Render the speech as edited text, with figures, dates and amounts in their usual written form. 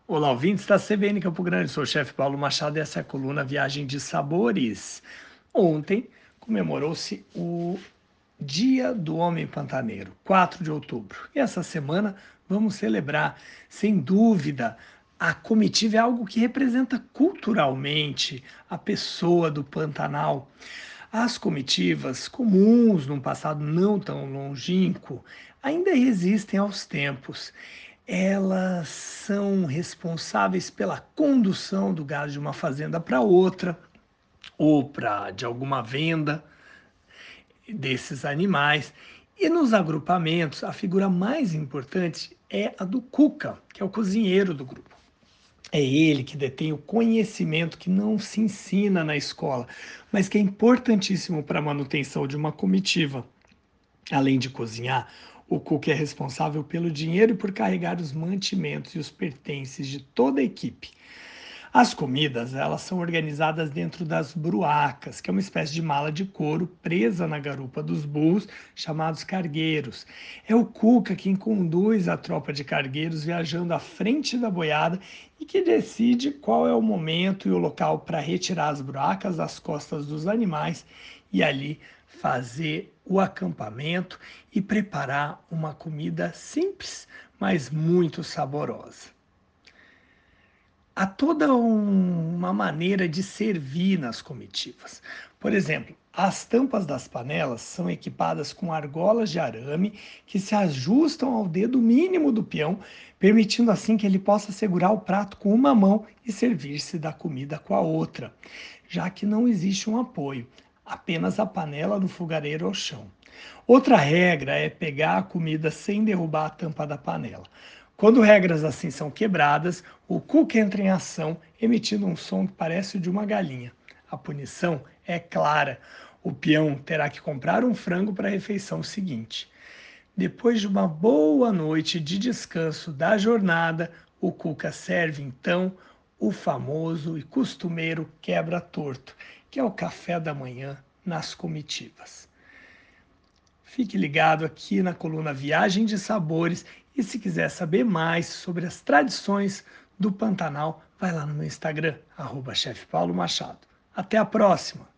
Olá, ouvintes da CBN Campo Grande. Sou o chefe Paulo Machado e essa é a coluna Viagem de Sabores. Ontem comemorou-se o Dia do Homem Pantaneiro, 4 de outubro. E essa semana vamos celebrar, sem dúvida, a comitiva é algo que representa culturalmente a pessoa do Pantanal. As comitivas, comuns num passado não tão longínquo, ainda resistem aos tempos. Elas são responsáveis pela condução do gado de uma fazenda para outra, ou para de alguma venda desses animais. E nos agrupamentos, a figura mais importante é a do Cuca, que é o cozinheiro do grupo. É ele que detém o conhecimento que não se ensina na escola, mas que é importantíssimo para a manutenção de uma comitiva. Além de cozinhar, o cook é responsável pelo dinheiro e por carregar os mantimentos e os pertences de toda a equipe. As comidas, elas são organizadas dentro das bruacas, que é uma espécie de mala de couro presa na garupa dos burros, chamados cargueiros. É o Cuca quem conduz a tropa de cargueiros viajando à frente da boiada e que decide qual é o momento e o local para retirar as bruacas das costas dos animais e ali fazer o acampamento e preparar uma comida simples, mas muito saborosa. Há toda uma maneira de servir nas comitivas. Por exemplo, as tampas das panelas são equipadas com argolas de arame que se ajustam ao dedo mínimo do peão, permitindo assim que ele possa segurar o prato com uma mão e servir-se da comida com a outra, já que não existe um apoio, apenas a panela do fogareiro ao chão. Outra regra é pegar a comida sem derrubar a tampa da panela. Quando regras assim são quebradas, o cook entra em ação, emitindo um som que parece o de uma galinha. A punição é clara. O peão terá que comprar um frango para a refeição seguinte. Depois de uma boa noite de descanso da jornada, o Cuca serve então o famoso e costumeiro quebra-torto, que é o café da manhã nas comitivas. Fique ligado aqui na coluna Viagem de Sabores e se quiser saber mais sobre as tradições do Pantanal, vai lá no meu Instagram, @chefpaulomachado. Até a próxima!